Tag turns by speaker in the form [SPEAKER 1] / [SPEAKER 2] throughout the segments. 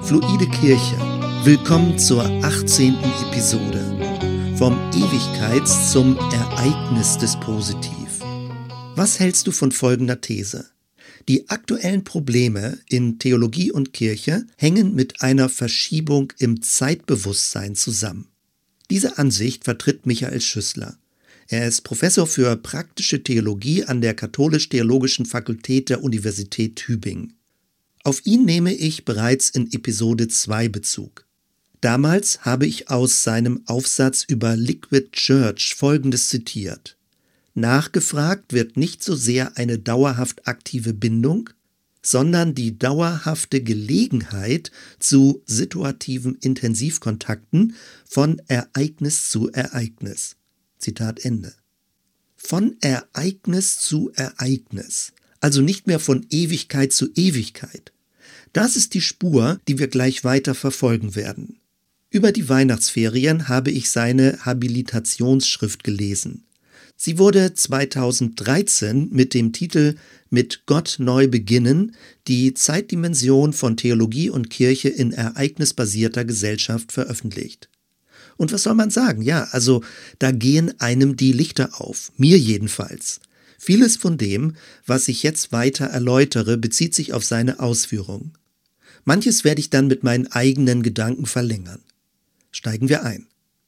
[SPEAKER 1] Fluide Kirche, willkommen zur 18. Episode. Vom Ewigkeits- zum Ereignis des Positiv. Was hältst du von folgender These? Die aktuellen Probleme in Theologie und Kirche hängen mit einer Verschiebung im Zeitbewusstsein zusammen. Diese Ansicht vertritt Michael Schüssler. Er ist Professor für praktische Theologie an der Katholisch-Theologischen Fakultät der Universität Tübingen. Auf ihn nehme ich bereits in Episode 2 Bezug. Damals habe ich aus seinem Aufsatz über Liquid Church Folgendes zitiert. Nachgefragt wird nicht so sehr eine dauerhaft aktive Bindung, sondern die dauerhafte Gelegenheit zu situativen Intensivkontakten von Ereignis zu Ereignis. Zitat Ende. Von Ereignis zu Ereignis, also nicht mehr von Ewigkeit zu Ewigkeit. Das ist die Spur, die wir gleich weiter verfolgen werden. Über die Weihnachtsferien habe ich seine Habilitationsschrift gelesen. Sie wurde 2013 mit dem Titel »Mit Gott neu beginnen – Die Zeitdimension von Theologie und Kirche in ereignisbasierter Gesellschaft« veröffentlicht. Und was soll man sagen? Ja, also da gehen einem die Lichter auf, mir jedenfalls. Vieles von dem, was ich jetzt weiter erläutere, bezieht sich auf seine Ausführungen. Manches werde ich dann mit meinen eigenen Gedanken verlängern. Steigen wir ein.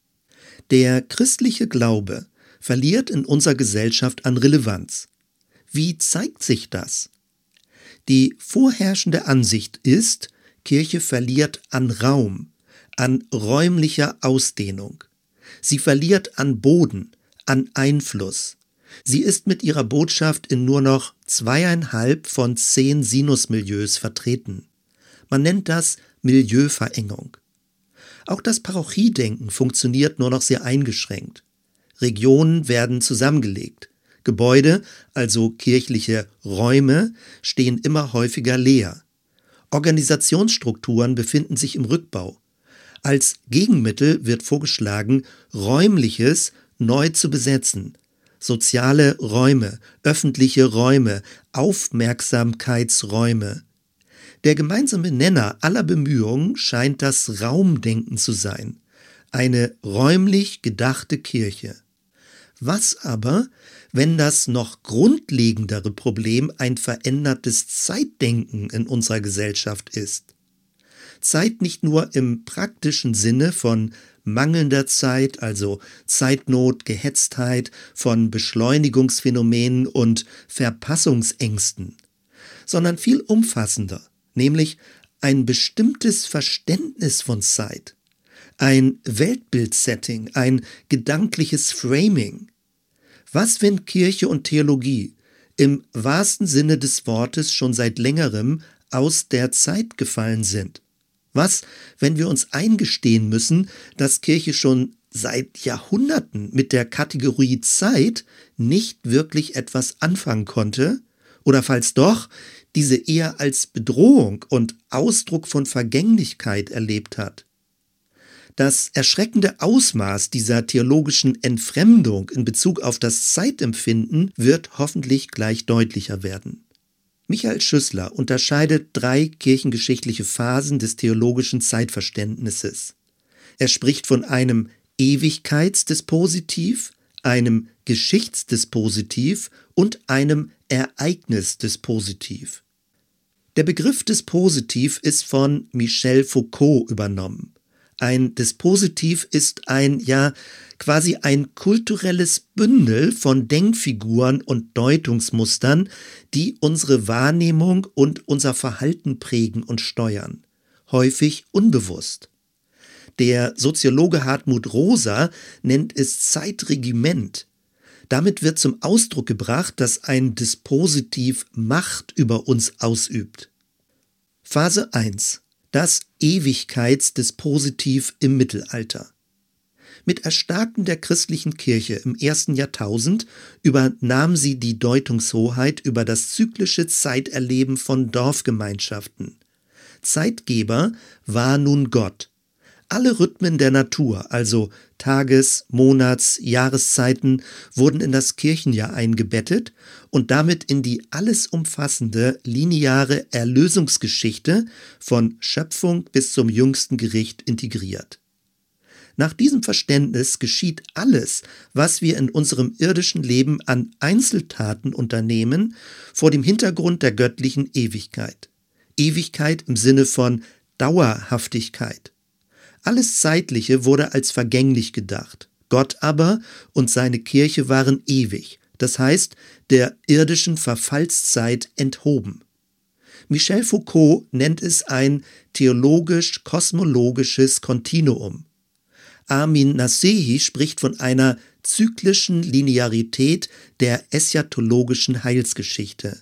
[SPEAKER 1] Der christliche Glaube verliert in unserer Gesellschaft an Relevanz. Wie zeigt sich das? Die vorherrschende Ansicht ist, Kirche verliert an Raum, an räumlicher Ausdehnung. Sie verliert an Boden, an Einfluss. Sie ist mit ihrer Botschaft in nur noch 2,5 von 10 Sinusmilieus vertreten. Man nennt das Milieuverengung. Auch das Parochiedenken funktioniert nur noch sehr eingeschränkt. Regionen werden zusammengelegt. Gebäude, also kirchliche Räume, stehen immer häufiger leer. Organisationsstrukturen befinden sich im Rückbau. Als Gegenmittel wird vorgeschlagen, Räumliches neu zu besetzen. Soziale Räume, öffentliche Räume, Aufmerksamkeitsräume. Der gemeinsame Nenner aller Bemühungen scheint das Raumdenken zu sein. Eine räumlich gedachte Kirche. Was aber, wenn das noch grundlegendere Problem ein verändertes Zeitdenken in unserer Gesellschaft ist? Zeit nicht nur im praktischen Sinne von mangelnder Zeit, also Zeitnot, Gehetztheit, von Beschleunigungsphänomenen und Verpassungsängsten, sondern viel umfassender, nämlich ein bestimmtes Verständnis von Zeit, ein Weltbildsetting, ein gedankliches Framing. Was, wenn Kirche und Theologie im wahrsten Sinne des Wortes schon seit längerem aus der Zeit gefallen sind? Was, wenn wir uns eingestehen müssen, dass Kirche schon seit Jahrhunderten mit der Kategorie Zeit nicht wirklich etwas anfangen konnte? Oder falls doch, diese eher als Bedrohung und Ausdruck von Vergänglichkeit erlebt hat? Das erschreckende Ausmaß dieser theologischen Entfremdung in Bezug auf das Zeitempfinden wird hoffentlich gleich deutlicher werden. Michael Schüssler unterscheidet 3 kirchengeschichtliche Phasen des theologischen Zeitverständnisses. Er spricht von einem Ewigkeitsdispositiv, einem Geschichtsdispositiv und einem Ereignisdispositiv. Der Begriff Dispositiv ist von Michel Foucault übernommen. Ein Dispositiv ist quasi ein kulturelles Bündel von Denkfiguren und Deutungsmustern, die unsere Wahrnehmung und unser Verhalten prägen und steuern, häufig unbewusst. Der Soziologe Hartmut Rosa nennt es Zeitregiment. Damit wird zum Ausdruck gebracht, dass ein Dispositiv Macht über uns ausübt. Phase 1. Das Ewigkeitsdispositiv im Mittelalter. Mit Erstarken der christlichen Kirche im 1. Jahrtausend übernahm sie die Deutungshoheit über das zyklische Zeiterleben von Dorfgemeinschaften. Zeitgeber war nun Gott. Alle Rhythmen der Natur, also Tages-, Monats-, Jahreszeiten, wurden in das Kirchenjahr eingebettet und damit in die alles umfassende, lineare Erlösungsgeschichte von Schöpfung bis zum jüngsten Gericht integriert. Nach diesem Verständnis geschieht alles, was wir in unserem irdischen Leben an Einzeltaten unternehmen, vor dem Hintergrund der göttlichen Ewigkeit. Ewigkeit im Sinne von Dauerhaftigkeit. Alles Zeitliche wurde als vergänglich gedacht. Gott aber und seine Kirche waren ewig, das heißt der irdischen Verfallszeit enthoben. Michel Foucault nennt es ein theologisch-kosmologisches Kontinuum. Armin Nasehi spricht von einer zyklischen Linearität der eschatologischen Heilsgeschichte.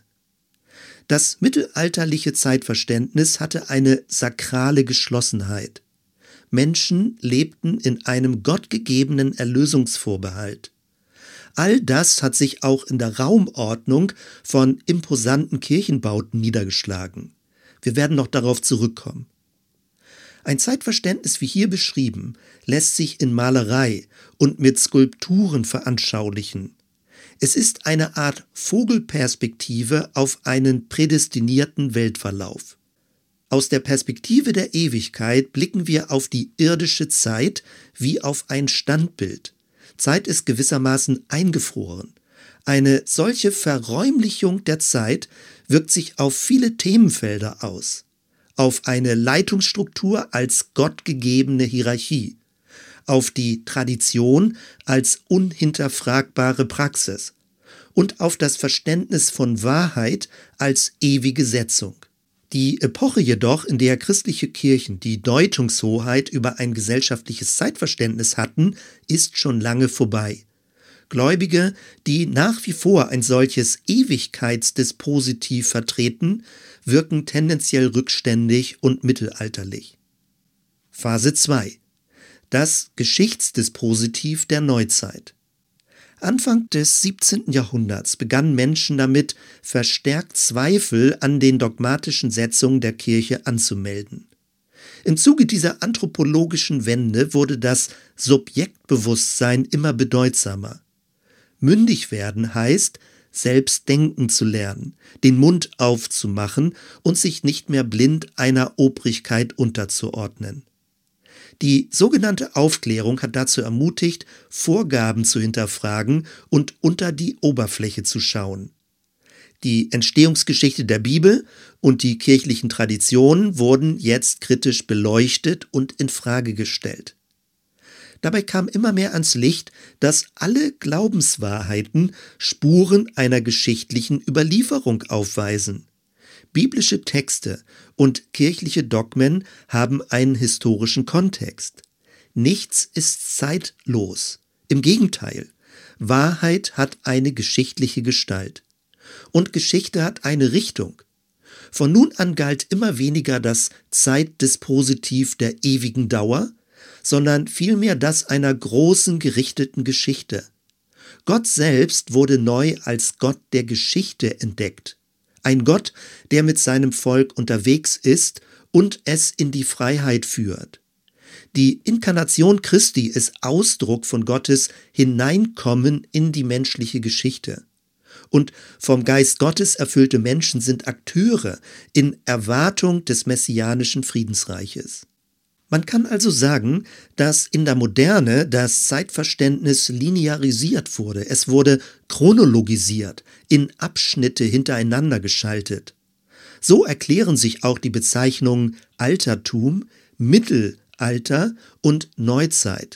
[SPEAKER 1] Das mittelalterliche Zeitverständnis hatte eine sakrale Geschlossenheit. Menschen lebten in einem gottgegebenen Erlösungsvorbehalt. All das hat sich auch in der Raumordnung von imposanten Kirchenbauten niedergeschlagen. Wir werden noch darauf zurückkommen. Ein Zeitverständnis wie hier beschrieben lässt sich in Malerei und mit Skulpturen veranschaulichen. Es ist eine Art Vogelperspektive auf einen prädestinierten Weltverlauf. Aus der Perspektive der Ewigkeit blicken wir auf die irdische Zeit wie auf ein Standbild. Zeit ist gewissermaßen eingefroren. Eine solche Verräumlichung der Zeit wirkt sich auf viele Themenfelder aus. Auf eine Leitungsstruktur als gottgegebene Hierarchie. Auf die Tradition als unhinterfragbare Praxis. Und auf das Verständnis von Wahrheit als ewige Setzung. Die Epoche jedoch, in der christliche Kirchen die Deutungshoheit über ein gesellschaftliches Zeitverständnis hatten, ist schon lange vorbei. Gläubige, die nach wie vor ein solches Ewigkeitsdispositiv vertreten, wirken tendenziell rückständig und mittelalterlich. Phase 2. Das Geschichtsdispositiv der Neuzeit. Anfang des 17. Jahrhunderts begannen Menschen damit, verstärkt Zweifel an den dogmatischen Setzungen der Kirche anzumelden. Im Zuge dieser anthropologischen Wende wurde das Subjektbewusstsein immer bedeutsamer. Mündig werden heißt, selbst denken zu lernen, den Mund aufzumachen und sich nicht mehr blind einer Obrigkeit unterzuordnen. Die sogenannte Aufklärung hat dazu ermutigt, Vorgaben zu hinterfragen und unter die Oberfläche zu schauen. Die Entstehungsgeschichte der Bibel und die kirchlichen Traditionen wurden jetzt kritisch beleuchtet und in Frage gestellt. Dabei kam immer mehr ans Licht, dass alle Glaubenswahrheiten Spuren einer geschichtlichen Überlieferung aufweisen. Biblische Texte und kirchliche Dogmen haben einen historischen Kontext. Nichts ist zeitlos. Im Gegenteil, Wahrheit hat eine geschichtliche Gestalt. Und Geschichte hat eine Richtung. Von nun an galt immer weniger das Zeitdispositiv der ewigen Dauer, sondern vielmehr das einer großen gerichteten Geschichte. Gott selbst wurde neu als Gott der Geschichte entdeckt. Ein Gott, der mit seinem Volk unterwegs ist und es in die Freiheit führt. Die Inkarnation Christi ist Ausdruck von Gottes Hineinkommen in die menschliche Geschichte. Und vom Geist Gottes erfüllte Menschen sind Akteure in Erwartung des messianischen Friedensreiches. Man kann also sagen, dass in der Moderne das Zeitverständnis linearisiert wurde. Es wurde chronologisiert, in Abschnitte hintereinander geschaltet. So erklären sich auch die Bezeichnungen Altertum, Mittelalter und Neuzeit.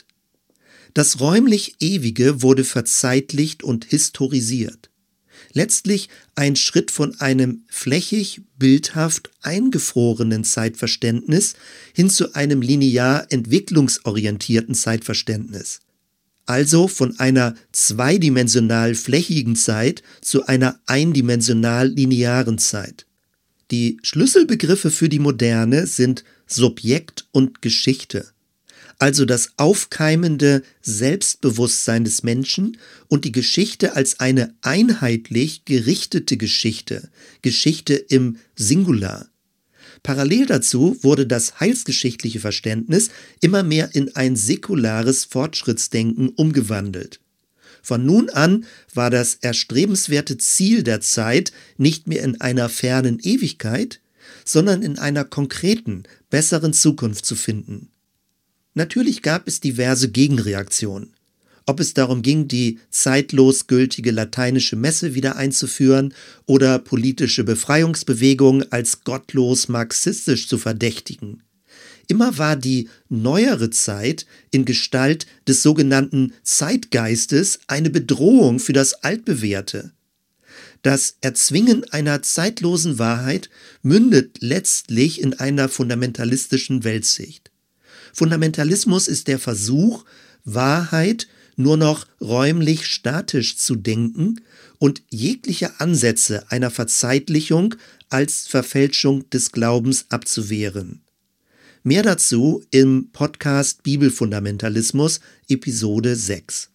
[SPEAKER 1] Das räumlich Ewige wurde verzeitlicht und historisiert. Letztlich ein Schritt von einem flächig, bildhaft eingefrorenen Zeitverständnis hin zu einem linear entwicklungsorientierten Zeitverständnis. Also von einer zweidimensional flächigen Zeit zu einer eindimensional linearen Zeit. Die Schlüsselbegriffe für die Moderne sind Subjekt und Geschichte. Also das aufkeimende Selbstbewusstsein des Menschen und die Geschichte als eine einheitlich gerichtete Geschichte, Geschichte im Singular. Parallel dazu wurde das heilsgeschichtliche Verständnis immer mehr in ein säkulares Fortschrittsdenken umgewandelt. Von nun an war das erstrebenswerte Ziel der Zeit nicht mehr in einer fernen Ewigkeit, sondern in einer konkreten, besseren Zukunft zu finden. Natürlich gab es diverse Gegenreaktionen. Ob es darum ging, die zeitlos gültige lateinische Messe wieder einzuführen oder politische Befreiungsbewegungen als gottlos marxistisch zu verdächtigen. Immer war die neuere Zeit in Gestalt des sogenannten Zeitgeistes eine Bedrohung für das Altbewährte. Das Erzwingen einer zeitlosen Wahrheit mündet letztlich in einer fundamentalistischen Weltsicht. Fundamentalismus ist der Versuch, Wahrheit nur noch räumlich statisch zu denken und jegliche Ansätze einer Verzeitlichung als Verfälschung des Glaubens abzuwehren. Mehr dazu im Podcast Bibelfundamentalismus, Episode 6.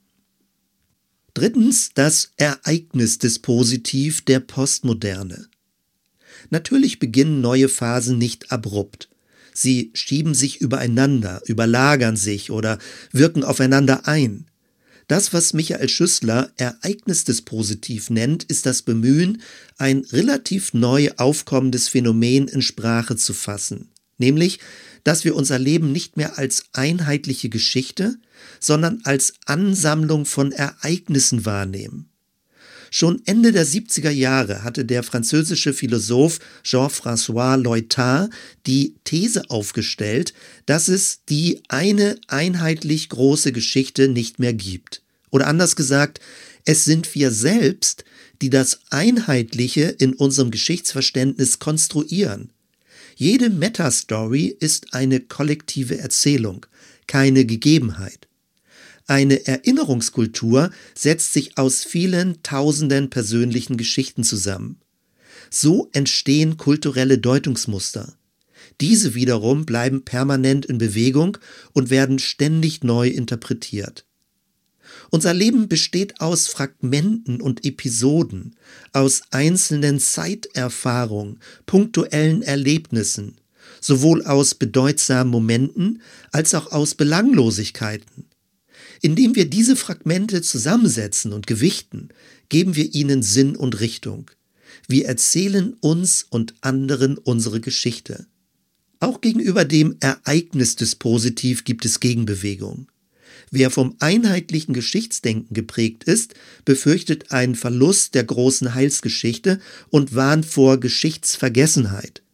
[SPEAKER 1] Drittens, das Ereignisdispositiv der Postmoderne. Natürlich beginnen neue Phasen nicht abrupt. Sie schieben sich übereinander, überlagern sich oder wirken aufeinander ein. Das, was Michael Schüssler Ereignisdispositiv nennt, ist das Bemühen, ein relativ neu aufkommendes Phänomen in Sprache zu fassen. Nämlich, dass wir unser Leben nicht mehr als einheitliche Geschichte, sondern als Ansammlung von Ereignissen wahrnehmen. Schon Ende der 70er Jahre hatte der französische Philosoph Jean-François Lyotard die These aufgestellt, dass es die eine einheitlich große Geschichte nicht mehr gibt. Oder anders gesagt, es sind wir selbst, die das Einheitliche in unserem Geschichtsverständnis konstruieren. Jede Meta-Story ist eine kollektive Erzählung, keine Gegebenheit. Eine Erinnerungskultur setzt sich aus vielen tausenden persönlichen Geschichten zusammen. So entstehen kulturelle Deutungsmuster. Diese wiederum bleiben permanent in Bewegung und werden ständig neu interpretiert. Unser Leben besteht aus Fragmenten und Episoden, aus einzelnen Zeiterfahrungen, punktuellen Erlebnissen, sowohl aus bedeutsamen Momenten als auch aus Belanglosigkeiten. Indem wir diese Fragmente zusammensetzen und gewichten, geben wir ihnen Sinn und Richtung. Wir erzählen uns und anderen unsere Geschichte. Auch gegenüber dem Ereignisdispositiv gibt es Gegenbewegung. Wer vom einheitlichen Geschichtsdenken geprägt ist, befürchtet einen Verlust der großen Heilsgeschichte und warnt vor Geschichtsvergessenheit.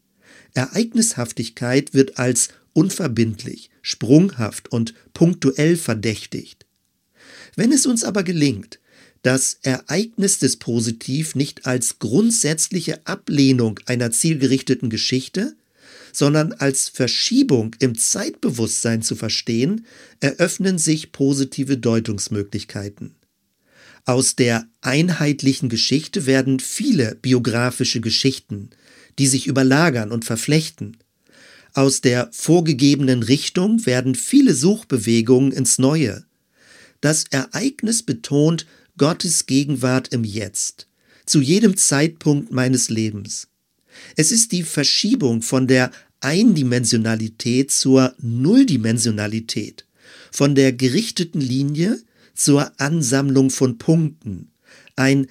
[SPEAKER 1] Ereignishaftigkeit wird als unverbindlich, sprunghaft und punktuell verdächtigt. Wenn es uns aber gelingt, das Ereignisdispositiv nicht als grundsätzliche Ablehnung einer zielgerichteten Geschichte, sondern als Verschiebung im Zeitbewusstsein zu verstehen, eröffnen sich positive Deutungsmöglichkeiten. Aus der einheitlichen Geschichte werden viele biografische Geschichten, die sich überlagern und verflechten. Aus der vorgegebenen Richtung werden viele Suchbewegungen ins Neue. Das Ereignis betont Gottes Gegenwart im Jetzt, zu jedem Zeitpunkt meines Lebens. Es ist die Verschiebung von der Eindimensionalität zur Nulldimensionalität, von der gerichteten Linie zur Ansammlung von Punkten, ein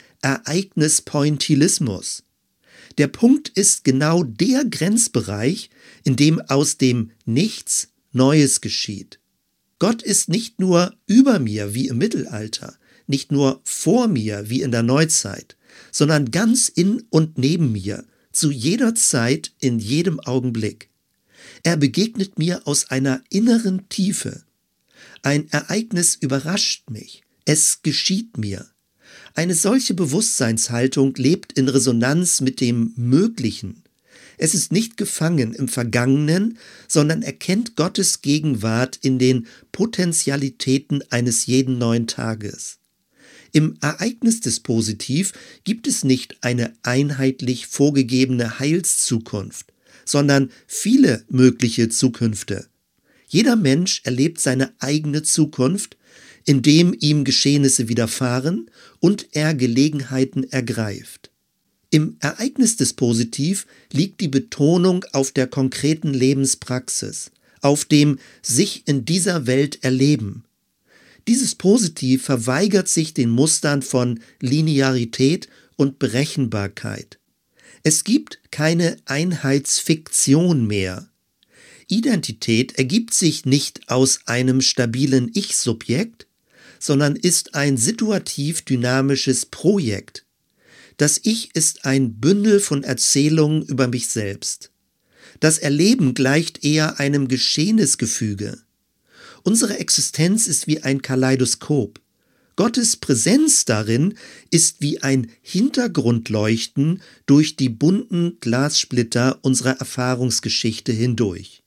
[SPEAKER 1] Ereignispointillismus. Der Punkt ist genau der Grenzbereich, in dem aus dem Nichts Neues geschieht. Gott ist nicht nur über mir wie im Mittelalter, nicht nur vor mir wie in der Neuzeit, sondern ganz in und neben mir, zu jeder Zeit, in jedem Augenblick. Er begegnet mir aus einer inneren Tiefe. Ein Ereignis überrascht mich. Es geschieht mir. Eine solche Bewusstseinshaltung lebt in Resonanz mit dem Möglichen. Es ist nicht gefangen im Vergangenen, sondern erkennt Gottes Gegenwart in den Potentialitäten eines jeden neuen Tages. Im Ereignisdispositiv gibt es nicht eine einheitlich vorgegebene Heilszukunft, sondern viele mögliche Zukünfte. Jeder Mensch erlebt seine eigene Zukunft, indem ihm Geschehnisse widerfahren und er Gelegenheiten ergreift. Im Ereignisdispositiv liegt die Betonung auf der konkreten Lebenspraxis, auf dem sich in dieser Welt erleben. Dieses Positiv verweigert sich den Mustern von Linearität und Berechenbarkeit. Es gibt keine Einheitsfiktion mehr. Identität ergibt sich nicht aus einem stabilen Ich-Subjekt, sondern ist ein situativ dynamisches Projekt. Das Ich ist ein Bündel von Erzählungen über mich selbst. Das Erleben gleicht eher einem Geschehnisgefüge. Unsere Existenz ist wie ein Kaleidoskop. Gottes Präsenz darin ist wie ein Hintergrundleuchten durch die bunten Glassplitter unserer Erfahrungsgeschichte hindurch.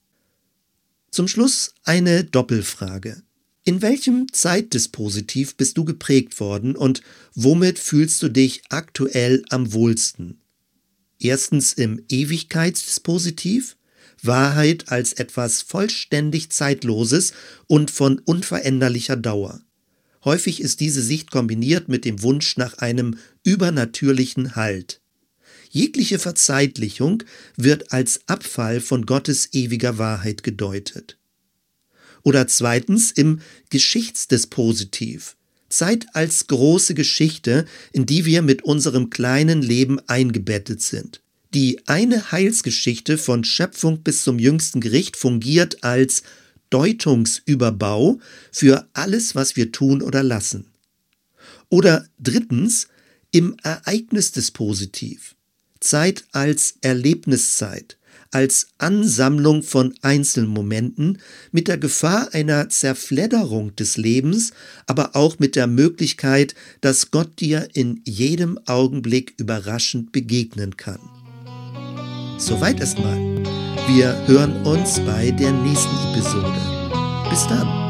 [SPEAKER 1] Zum Schluss eine Doppelfrage. In welchem Zeitdispositiv bist du geprägt worden und womit fühlst du dich aktuell am wohlsten? Erstens im Ewigkeitsdispositiv, Wahrheit als etwas vollständig Zeitloses und von unveränderlicher Dauer. Häufig ist diese Sicht kombiniert mit dem Wunsch nach einem übernatürlichen Halt. Jegliche Verzeitlichung wird als Abfall von Gottes ewiger Wahrheit gedeutet. Oder zweitens im Geschichtsdispositiv, Zeit als große Geschichte, in die wir mit unserem kleinen Leben eingebettet sind. Die eine Heilsgeschichte von Schöpfung bis zum jüngsten Gericht fungiert als Deutungsüberbau für alles, was wir tun oder lassen. Oder drittens im Ereignisdispositiv, Zeit als Erlebniszeit, als Ansammlung von Einzelmomenten mit der Gefahr einer Zerfledderung des Lebens, aber auch mit der Möglichkeit, dass Gott dir in jedem Augenblick überraschend begegnen kann. Soweit erstmal. Wir hören uns bei der nächsten Episode. Bis dann.